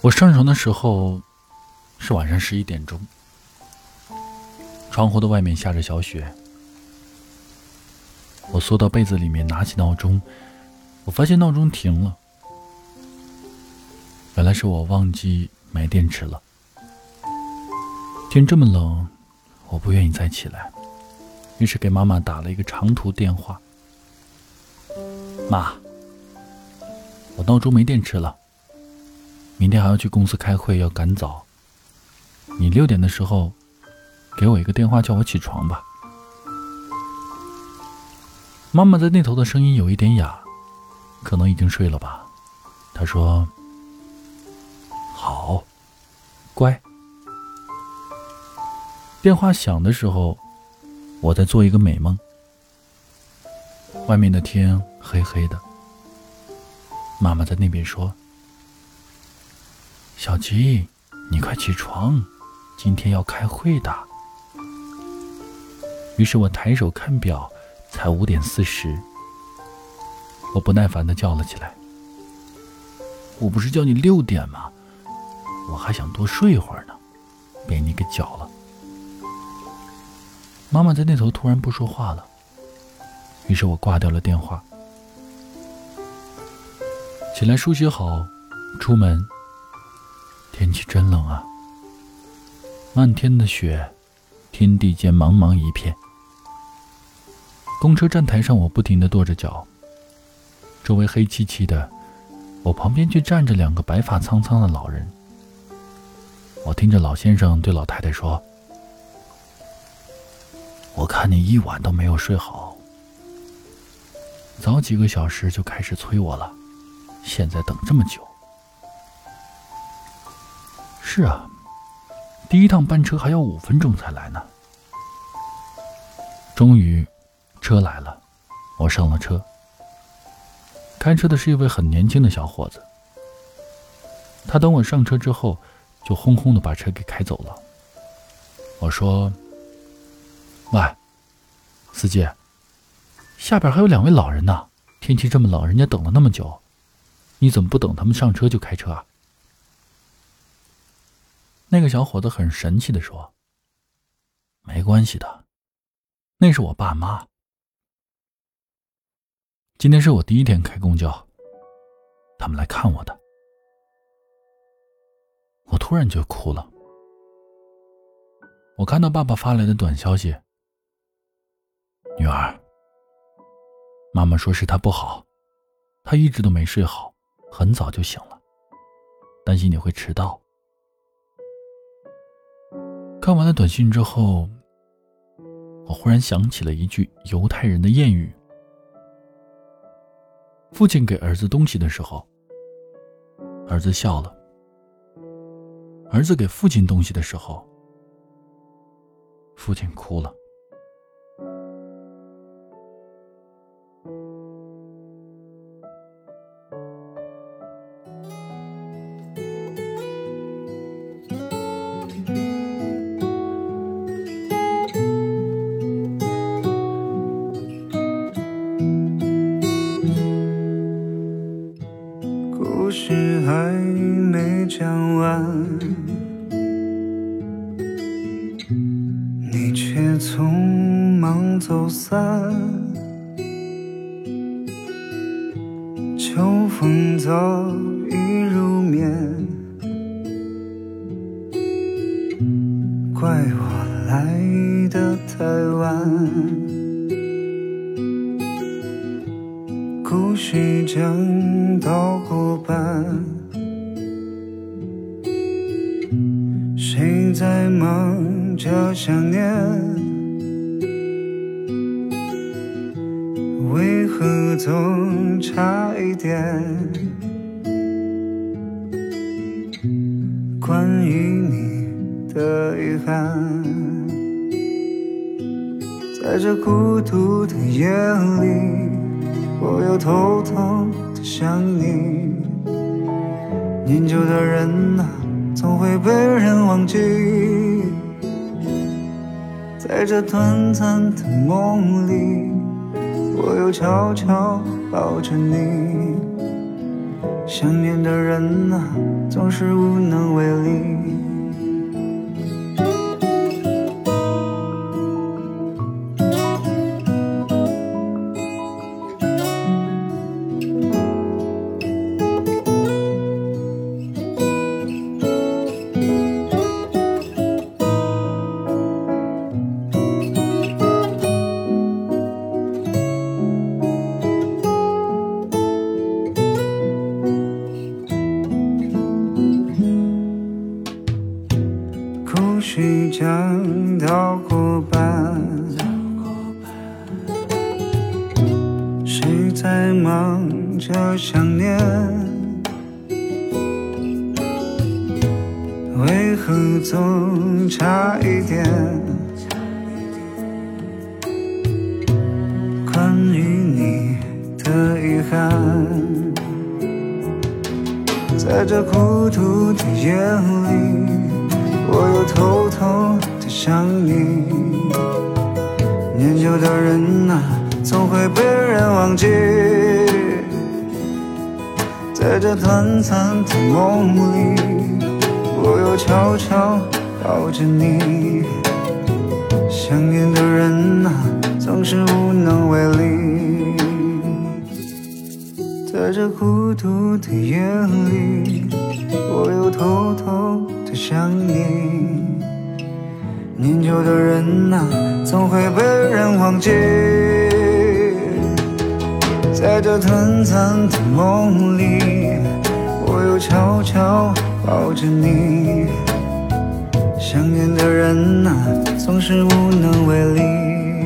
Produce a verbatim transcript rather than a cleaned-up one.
我上床的时候是晚上十一点钟，窗户的外面下着小雪。我缩到被子里面，拿起闹钟，我发现闹钟停了。原来是我忘记买电池了。天这么冷，我不愿意再起来，于是给妈妈打了一个长途电话。妈，我闹钟没电池了，明天还要去公司开会，要赶早。你六点的时候给我一个电话，叫我起床吧。妈妈在那头的声音有一点哑，可能已经睡了吧。她说：好，乖。电话响的时候，我在做一个美梦。外面的天黑黑的，妈妈在那边说：小吉，你快起床，今天要开会的。于是我抬手看表，才五点四十。我不耐烦地叫了起来：我不是叫你六点吗？我还想多睡一会儿呢，被你给搅了。妈妈在那头突然不说话了，于是我挂掉了电话。起来梳洗好，出门。天气真冷啊，漫天的雪，天地间茫茫一片。公车站台上，我不停地跺着脚，周围黑漆漆的，我旁边却站着两个白发苍苍的老人。我听着老先生对老太太说：我看你一晚都没有睡好，早几个小时就开始催我了，现在等这么久。是啊，第一趟班车还要五分钟才来呢。终于车来了，我上了车。开车的是一位很年轻的小伙子，他等我上车之后就轰轰地把车给开走了。我说：喂，司机，下边还有两位老人呢，天气这么冷，人家等了那么久，你怎么不等他们上车就开车啊？那个小伙子很神气地说：没关系的，那是我爸妈。今天是我第一天开公交，他们来看我的。我突然就哭了。我看到爸爸发来的短消息：女儿，妈妈说是他不好，他一直都没睡好，很早就醒了，担心你会迟到。看完了短信之后，我忽然想起了一句犹太人的谚语：父亲给儿子东西的时候，儿子笑了；儿子给父亲东西的时候，父亲哭了。 故事还没讲完，你却匆忙走散。秋风早已入眠，怪我来得太晚。故事讲到过半，谁在忙着想念？为何总差一点？关于你的遗憾，在这孤独的夜里，我又偷偷地想你。念旧的人啊，总会被人忘记。在这短暂的梦里，我又悄悄抱着你。 想念的人啊，总是无能为力。故事讲到过半，谁在忙着想念？为何总差一点？关于你的遗憾，在这孤独的夜里，我又偷偷的想你。念旧的人啊，总会被人忘记。在这短暂的梦里，我又悄悄抱着你。想念的人啊，总是无能为力。在这孤独的夜里，我又偷偷的想你。念旧的人啊，总会被人忘记。在这短暂的梦里，我又悄悄抱着你。想念的人啊，总是无能为力。